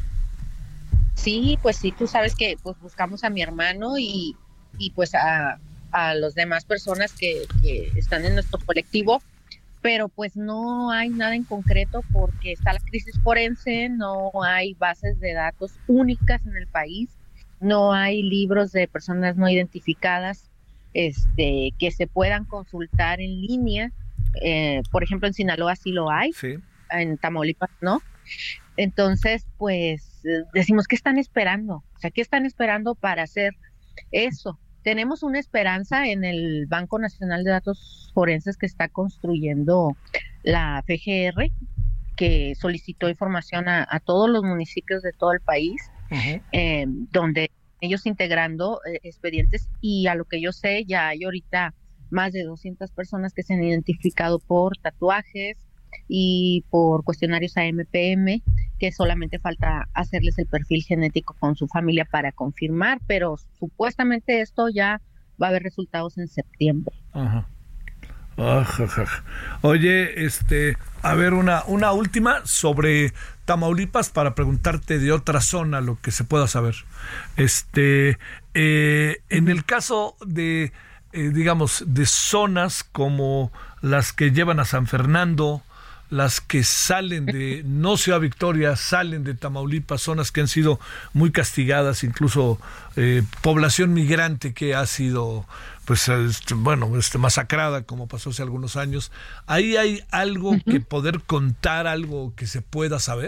Sí, pues sí, tú sabes que pues buscamos a mi hermano y, y pues a... a las demás personas que, que están en nuestro colectivo, pero pues no hay nada en concreto porque está la crisis forense, no hay bases de datos únicas en el país, no hay libros de personas no identificadas este, que se puedan consultar en línea. Eh, por ejemplo, en Sinaloa sí lo hay, sí. En Tamaulipas no. Entonces, pues decimos, ¿qué están esperando? O sea, ¿qué están esperando para hacer eso? Tenemos una esperanza en el Banco Nacional de Datos Forenses que está construyendo la F G R, que solicitó información a, a todos los municipios de todo el país, uh-huh. eh, donde ellos integrando eh, expedientes, y a lo que yo sé ya hay ahorita más de doscientas personas que se han identificado por tatuajes y por cuestionarios A M P M, que solamente falta hacerles el perfil genético con su familia para confirmar, pero supuestamente esto ya va a haber resultados en septiembre. Ajá. Ajaja. Oye, este, a ver, una, una última sobre Tamaulipas para preguntarte de otra zona lo que se pueda saber. Este, eh, en el caso de, eh, digamos, de zonas como las que llevan a San Fernando, las que salen de, no Ciudad Victoria, salen de Tamaulipas, zonas que han sido muy castigadas, incluso eh, población migrante que ha sido, pues, este, bueno, este, masacrada, como pasó hace algunos años. ¿Ahí hay algo uh-huh. que poder contar, algo que se pueda saber?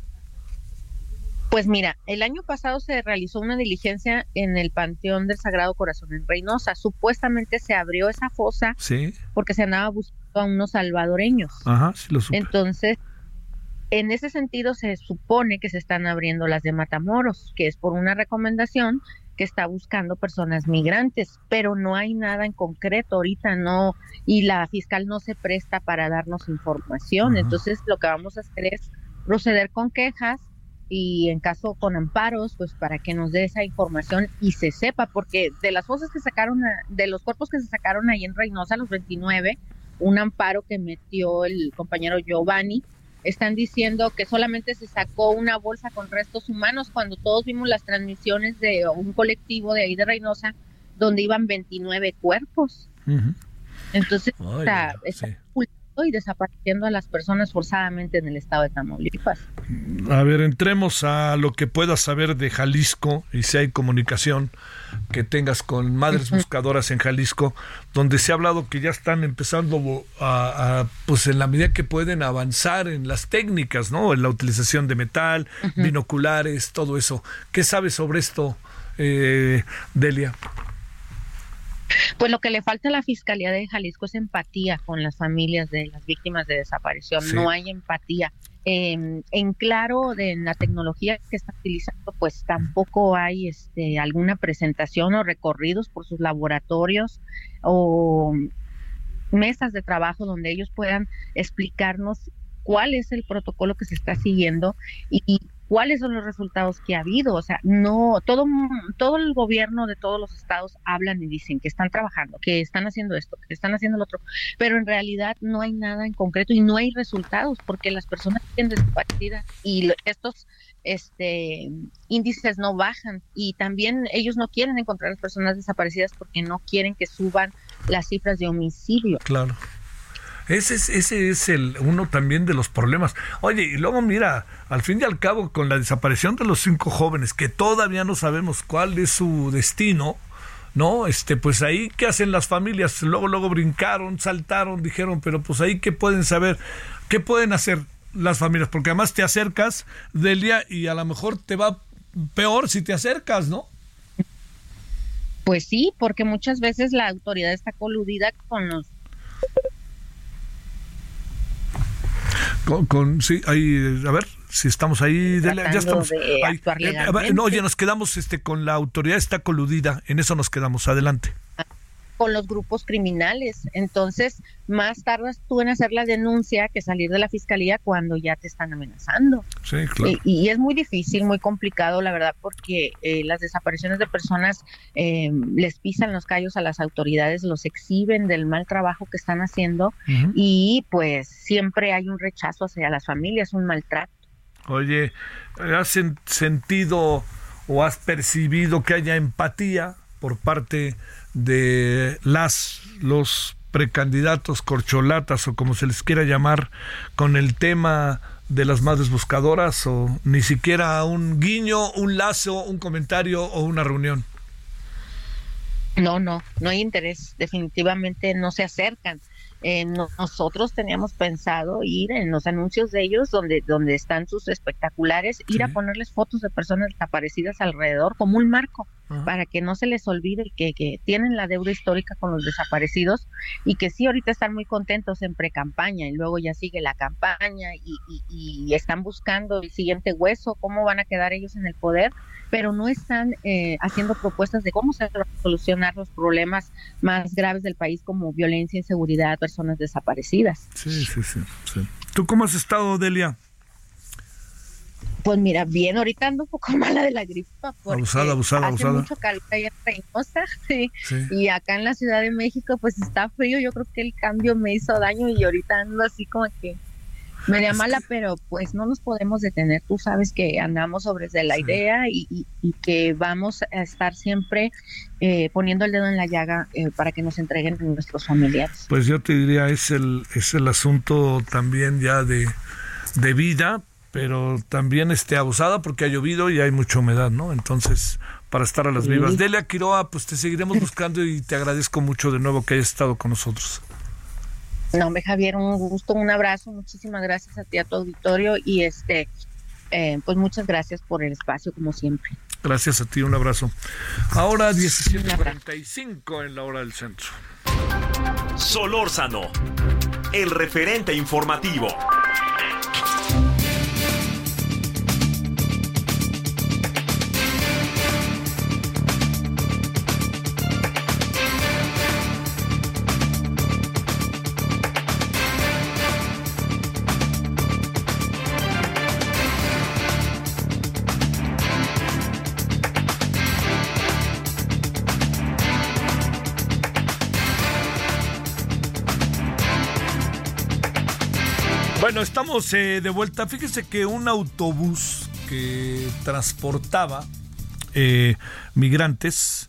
Pues mira, el año pasado se realizó una diligencia en el Panteón del Sagrado Corazón en Reynosa. Supuestamente se abrió esa fosa sí. porque se andaba buscando a unos salvadoreños. Ajá, sí lo supe. Entonces, en ese sentido se supone que se están abriendo las de Matamoros, que es por una recomendación que está buscando personas migrantes, pero no hay nada en concreto ahorita, no, y la fiscal no se presta para darnos información. Ajá. Entonces, lo que vamos a hacer es proceder con quejas y en caso con amparos, pues para que nos dé esa información y se sepa, porque de las fosas que sacaron, de los cuerpos que se sacaron ahí en Reynosa, los veintinueve, un amparo que metió el compañero Giovanni, están diciendo que solamente se sacó una bolsa con restos humanos, cuando todos vimos las transmisiones de un colectivo de ahí de Reynosa, donde iban veintinueve cuerpos. Uh-huh. Entonces, Ay, está, está sí. y desapareciendo a las personas forzadamente en el estado de Tamaulipas. A ver, entremos a lo que puedas saber de Jalisco, y si hay comunicación que tengas con Madres uh-huh. Buscadoras en Jalisco, donde se ha hablado que ya están empezando a, a, pues en la medida que pueden, avanzar en las técnicas, ¿no? En la utilización de metal, uh-huh. binoculares, todo eso. ¿Qué sabes sobre esto, eh, Delia? Pues lo que le falta a la Fiscalía de Jalisco es empatía con las familias de las víctimas de desaparición. Sí. No hay empatía. Eh, en claro, de la tecnología que está utilizando, pues tampoco hay este, alguna presentación o recorridos por sus laboratorios o mesas de trabajo donde ellos puedan explicarnos cuál es el protocolo que se está siguiendo y, y cuáles son los resultados que ha habido. O sea, no, todo, todo el gobierno de todos los estados hablan y dicen que están trabajando, que están haciendo esto, que están haciendo lo otro, pero en realidad no hay nada en concreto y no hay resultados porque las personas siguen desaparecidas y estos este índices no bajan, y también ellos no quieren encontrar a las personas desaparecidas porque no quieren que suban las cifras de homicidio. Claro. Ese es, ese es el uno también de los problemas. Oye, y luego mira, al fin y al cabo, con la desaparición de los cinco jóvenes, que todavía no sabemos cuál es su destino, ¿no? Este, pues ahí, ¿qué hacen las familias? Luego, luego brincaron, saltaron, dijeron, pero pues ahí, ¿qué pueden saber? ¿Qué pueden hacer las familias? Porque además te acercas, Delia, y a lo mejor te va peor si te acercas, ¿no? Pues sí, porque muchas veces la autoridad está coludida con los Con, con sí, ahí, a ver, si estamos ahí, de, ya estamos. De ahí, eh, ver, no, oye, nos quedamos este con la autoridad está coludida, en eso nos quedamos, adelante. Con los grupos criminales, entonces más tardas tú en hacer la denuncia que salir de la fiscalía cuando ya te están amenazando. Sí, claro. Y, y es muy difícil, muy complicado, la verdad, porque eh, las desapariciones de personas eh, les pisan los callos a las autoridades, los exhiben del mal trabajo que están haciendo, uh-huh. y pues siempre hay un rechazo hacia las familias, un maltrato. Oye, ¿has sentido o has percibido que haya empatía por parte de las, los precandidatos, corcholatas o como se les quiera llamar, con el tema de las madres buscadoras, o ni siquiera un guiño, un lazo, un comentario o una reunión? No, no, no hay interés, definitivamente no se acercan. Eh, no, nosotros teníamos pensado ir en los anuncios de ellos, donde, donde están sus espectaculares, ir sí. a ponerles fotos de personas desaparecidas alrededor como un marco, uh-huh. para que no se les olvide que, que tienen la deuda histórica con los desaparecidos, y que sí, ahorita están muy contentos en pre-campaña, y luego ya sigue la campaña, y, y, y están buscando el siguiente hueso, cómo van a quedar ellos en el poder, pero no están eh, haciendo propuestas de cómo se van a solucionar los problemas más graves del país, como violencia, inseguridad, personas desaparecidas. Sí, sí, sí, sí. ¿Tú cómo has estado, Delia? Pues mira, bien, ahorita ando un poco mala de la gripa. Abusada, abusada, hace abusada. mucho calor allá en Reynosa, sí. Sí. Y acá en la Ciudad de México pues está frío, yo creo que el cambio me hizo daño y ahorita ando así como que media Es mala, que- pero pues no nos podemos detener, tú sabes que andamos sobre de la Sí. idea y, y, y que vamos a estar siempre eh, poniendo el dedo en la llaga eh, para que nos entreguen nuestros familiares. Pues yo te diría, es el, es el asunto también ya de, de vida, pero también este, abusada porque ha llovido y hay mucha humedad, ¿no? Entonces, para estar a las Sí. vivas. Delia Quiroa, pues te seguiremos buscando y te agradezco mucho de nuevo que hayas estado con nosotros. No, hombre, Javier, un gusto, un abrazo, muchísimas gracias a ti, a tu auditorio y este, eh, pues muchas gracias por el espacio como siempre. Gracias a ti, un abrazo. Ahora diecisiete cuarenta y cinco en la hora del centro. Solórzano, el referente informativo. Bueno, estamos eh, de vuelta. Fíjese que un autobús que transportaba eh, migrantes,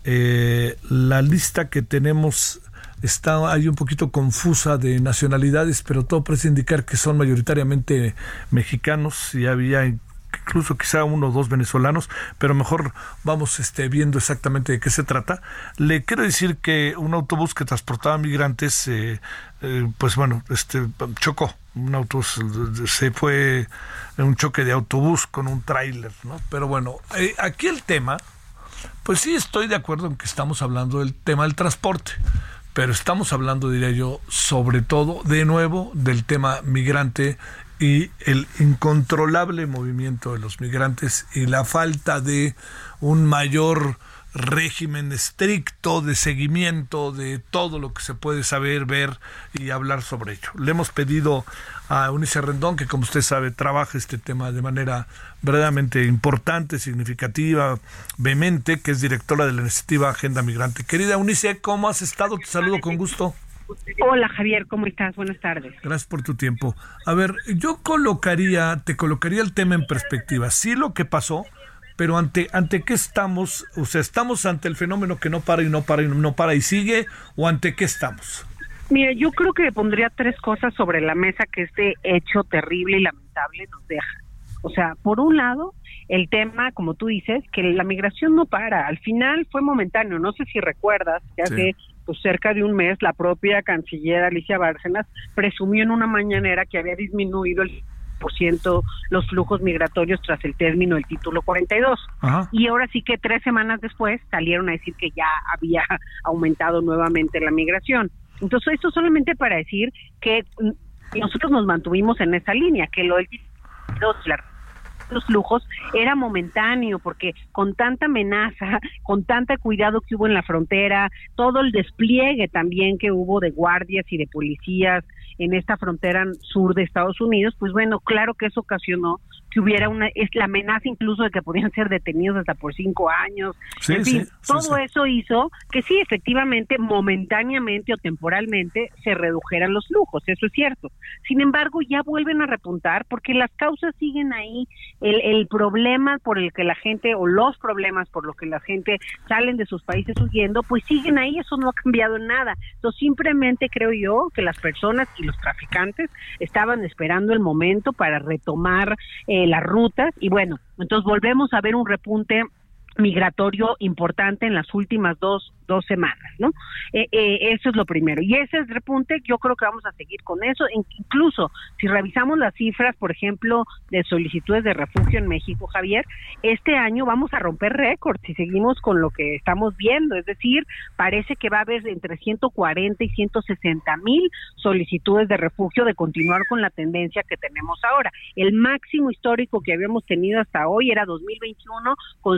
eh, la lista que tenemos está ahí un poquito confusa de nacionalidades, pero todo parece indicar que son mayoritariamente mexicanos y había incluso quizá uno o dos venezolanos, pero mejor vamos este, viendo exactamente de qué se trata. Le quiero decir que un autobús que transportaba migrantes, eh, eh, pues bueno, este chocó. Un autobús, se fue en un choque de autobús con un tráiler, ¿no? Pero bueno, eh, aquí el tema, pues sí estoy de acuerdo en que estamos hablando del tema del transporte, pero estamos hablando, diría yo, sobre todo, de nuevo, del tema migrante y el incontrolable movimiento de los migrantes y la falta de un mayor régimen estricto de seguimiento de todo lo que se puede saber, ver y hablar sobre ello. Le hemos pedido a Eunice Rendón, que como usted sabe trabaja este tema de manera verdaderamente importante, significativa, vehemente, que es directora de la iniciativa Agenda Migrante. Querida Eunice, ¿cómo has estado? Te saludo con gusto. Hola Javier, ¿cómo estás? Buenas tardes. Gracias por tu tiempo. A ver, yo colocaría, te colocaría el tema en perspectiva. Sí, lo que pasó, pero ante ante qué estamos, o sea, estamos ante el fenómeno que no para y no para y no para y sigue, o ante qué estamos. Mira, yo creo que pondría tres cosas sobre la mesa que este hecho terrible y lamentable nos deja. O sea, por un lado, el tema, como tú dices, que la migración no para. Al final fue momentáneo. No sé si recuerdas que hace sí. pues, cerca de un mes la propia canciller Alicia Bárcenas presumió en una mañanera que había disminuido el por ciento los flujos migratorios tras el término del título cuarenta y dos. Ajá. Y ahora sí que tres semanas después salieron a decir que ya había aumentado nuevamente la migración. Entonces esto solamente para decir que nosotros nos mantuvimos en esa línea, que lo del título cuarenta y dos, la los flujos era momentáneo, porque con tanta amenaza, con tanto cuidado que hubo en la frontera, todo el despliegue también que hubo de guardias y de policías en esta frontera sur de Estados Unidos, pues bueno, claro que eso ocasionó que hubiera una, es la amenaza incluso de que podían ser detenidos hasta por cinco años, sí, en fin, sí, todo sí, sí. eso hizo que sí, efectivamente, momentáneamente o temporalmente se redujeran los flujos, eso es cierto. Sin embargo, ya vuelven a repuntar porque las causas siguen ahí. El, el problema por el que la gente, o los problemas por los que la gente salen de sus países huyendo, pues siguen ahí, eso no ha cambiado en nada. Entonces simplemente creo yo que las personas y los traficantes estaban esperando el momento para retomar eh, las rutas, y bueno, entonces volvemos a ver un repunte migratorio importante en las últimas dos dos semanas, ¿no? Eh, eh, eso es lo primero. Y ese es repunte, yo creo que vamos a seguir con eso. Incluso, si revisamos las cifras, por ejemplo, de solicitudes de refugio en México, Javier, este año vamos a romper récords si seguimos con lo que estamos viendo. Es decir, parece que va a haber entre ciento cuarenta y ciento sesenta mil solicitudes de refugio de continuar con la tendencia que tenemos ahora. El máximo histórico que habíamos tenido hasta hoy era dos mil veintiuno con ciento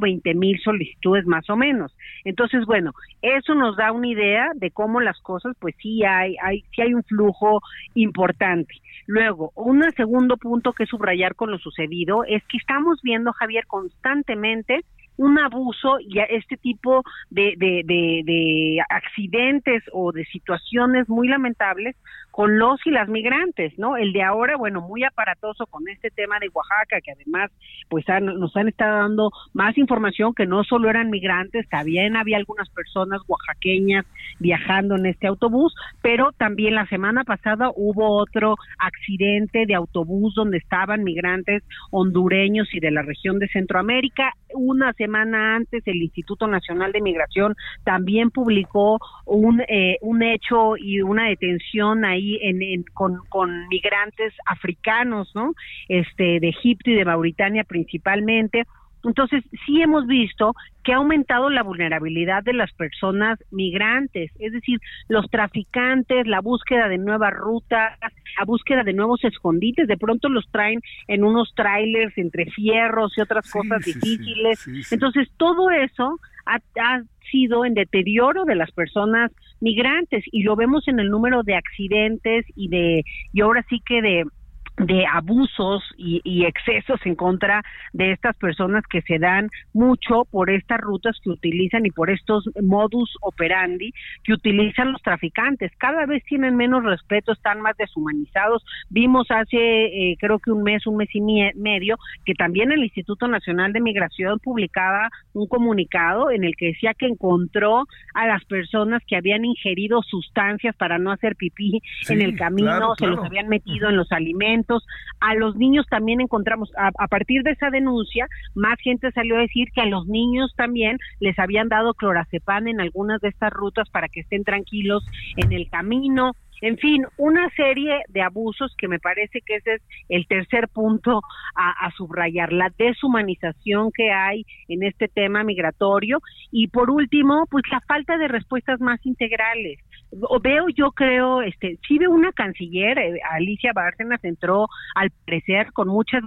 veinte mil solicitudes más o menos. Entonces, bueno, eso nos da una idea de cómo las cosas, pues sí hay, hay, sí hay un flujo importante. Luego, un segundo punto que subrayar con lo sucedido es que estamos viendo, Javier, constantemente un abuso y a este tipo de, de, de, de accidentes o de situaciones muy lamentables con los y las migrantes, ¿no? El de ahora, bueno, muy aparatoso con este tema de Oaxaca, que además pues han, nos han estado dando más información que no solo eran migrantes, también había algunas personas oaxaqueñas viajando en este autobús, pero también la semana pasada hubo otro accidente de autobús donde estaban migrantes hondureños y de la región de Centroamérica. Una semana antes el Instituto Nacional de Migración también publicó un, eh, un hecho y una detención ahí En, en, con, con migrantes africanos, ¿no? Este, de Egipto y de Mauritania principalmente. Entonces, sí hemos visto que ha aumentado la vulnerabilidad de las personas migrantes, es decir, los traficantes, la búsqueda de nuevas rutas, la búsqueda de nuevos escondites, de pronto los traen en unos trailers entre fierros y otras sí, cosas sí, difíciles. Sí, sí, sí. Entonces, todo eso ha, ha sido en deterioro de las personas migrantes y lo vemos en el número de accidentes y de y ahora sí que de de abusos y, y excesos en contra de estas personas que se dan mucho por estas rutas que utilizan y por estos modus operandi que utilizan los traficantes. Cada vez tienen menos respeto, están más deshumanizados. Vimos hace eh, creo que un mes, un mes y medio, que también el Instituto Nacional de Migración publicaba un comunicado en el que decía que encontró a las personas que habían ingerido sustancias para no hacer pipí sí, en el camino, claro, se claro. los habían metido uh-huh. en los alimentos. A los niños también encontramos, a, a partir de esa denuncia, más gente salió a decir que a los niños también les habían dado clorazepam en algunas de estas rutas para que estén tranquilos en el camino. En fin, una serie de abusos que me parece que ese es el tercer punto a, a subrayar, la deshumanización que hay en este tema migratorio y por último, pues la falta de respuestas más integrales. O veo, yo creo, este, sí veo una canciller, eh, Alicia Bárcenas entró al parecer con muchas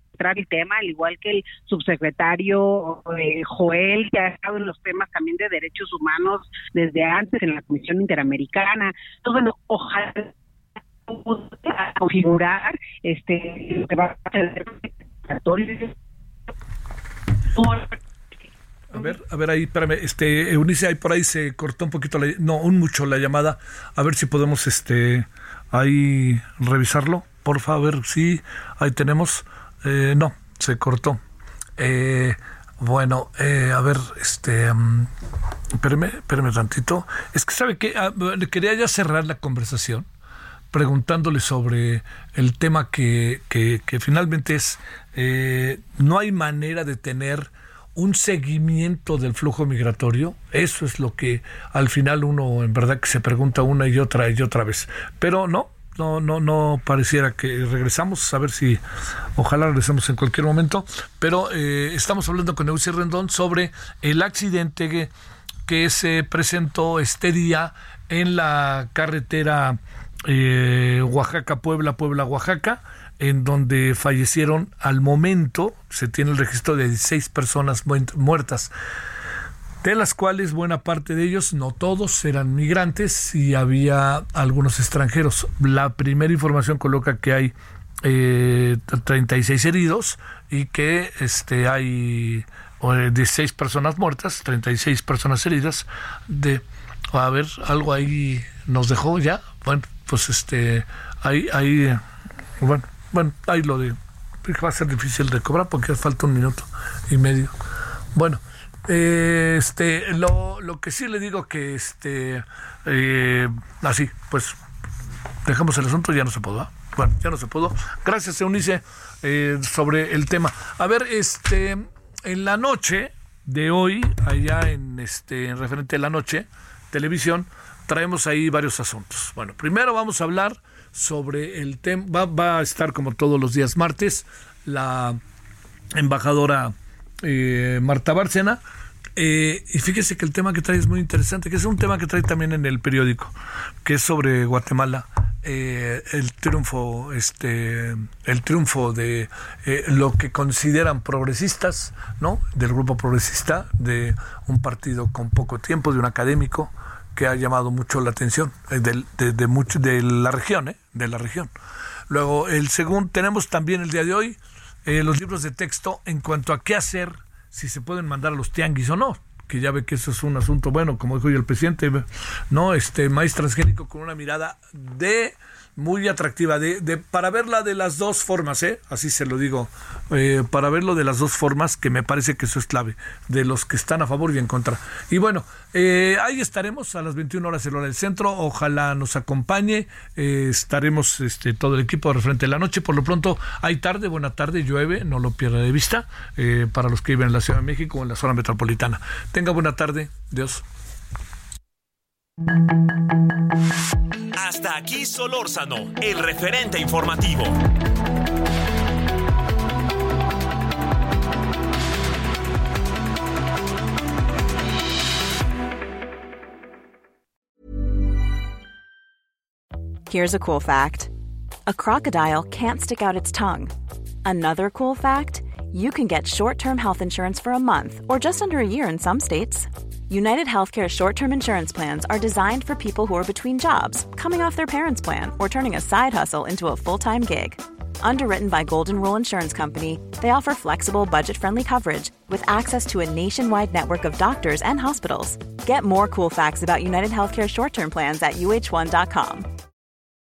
el tema, al igual que el subsecretario eh, Joel, que ha estado en los temas también de derechos humanos desde antes en la Comisión Interamericana. Entonces, bueno, ojalá configurar este lo que va a ser a ver, a ver ahí, espérame, este, Eunice, ahí por ahí se cortó un poquito, la, no, un mucho la llamada, a ver si podemos, este, ahí revisarlo, por favor, a ver, sí, ahí tenemos. Eh, no, se cortó. Eh, bueno, eh, a ver, este, um, espérame, espérame tantito. Es que, ¿sabe qué? Ah, quería ya cerrar la conversación preguntándole sobre el tema que, que, que finalmente es, eh, no hay manera de tener un seguimiento del flujo migratorio. Eso es lo que al final uno en verdad que se pregunta una y otra y otra vez. Pero no. No, no, no pareciera que regresamos, a ver si, ojalá regresemos en cualquier momento, pero eh, estamos hablando con Eunice Rendón sobre el accidente que, que se presentó este día en la carretera eh, Oaxaca-Puebla, Puebla-Oaxaca, en donde fallecieron al momento, se tiene el registro de dieciséis personas muertas, de las cuales buena parte de ellos, no todos, eran migrantes y había algunos extranjeros. La primera información coloca que hay eh, treinta y seis heridos y que este hay dieciséis personas muertas, treinta y seis personas heridas. De, a ver, algo ahí nos dejó ya. Bueno, pues este, ahí, ahí, bueno, bueno, ahí lo de, va a ser difícil de cobrar porque falta un minuto y medio. Bueno. Eh, este lo, lo que sí le digo que este eh, así pues dejamos el asunto, ya no se pudo, ¿eh? Bueno, ya no se pudo. Gracias, Eunice, eh, sobre el tema. A ver, este en la noche de hoy, allá en este en referente a la noche, televisión, traemos ahí varios asuntos. Bueno, primero vamos a hablar sobre el tema, va, va a estar como todos los días martes, la embajadora eh, Marta Bárcena. Eh, y fíjese que el tema que trae es muy interesante, que es un tema que trae también en el periódico, que es sobre Guatemala eh, el triunfo, este, el triunfo de eh, lo que consideran progresistas, ¿no? Del grupo progresista, de un partido con poco tiempo, de un académico que ha llamado mucho la atención eh, de, de, de, mucho, de la región, ¿eh? De la región. Luego, el segundo, tenemos también el día de hoy eh, los libros de texto en cuanto a qué hacer, si se pueden mandar a los tianguis o no, que ya ve que eso es un asunto bueno, como dijo hoy el presidente, ¿no? Este maíz transgénico con una mirada de muy atractiva, de, de para verla de las dos formas, ¿eh? Así se lo digo, eh, para verlo de las dos formas, que me parece que eso es clave, de los que están a favor y en contra. Y bueno, eh, ahí estaremos a las veintiuna horas en hora del centro, ojalá nos acompañe, eh, estaremos este, todo el equipo de Referente de la Noche. Por lo pronto, hay tarde, buena tarde, llueve, no lo pierda de vista, eh, para los que viven en la Ciudad de México o en la zona metropolitana. Tenga buena tarde, Dios. Hasta aquí Solórzano, el referente informativo. Here's a cool fact. A crocodile can't stick out its tongue. Another cool fact, you can get short-term health insurance for a month or just under a year in some states. United Healthcare short-term insurance plans are designed for people who are between jobs, coming off their parents' plan, or turning a side hustle into a full-time gig. Underwritten by Golden Rule Insurance Company, they offer flexible, budget-friendly coverage with access to a nationwide network of doctors and hospitals. Get more cool facts about United Healthcare short-term plans at U H one dot com.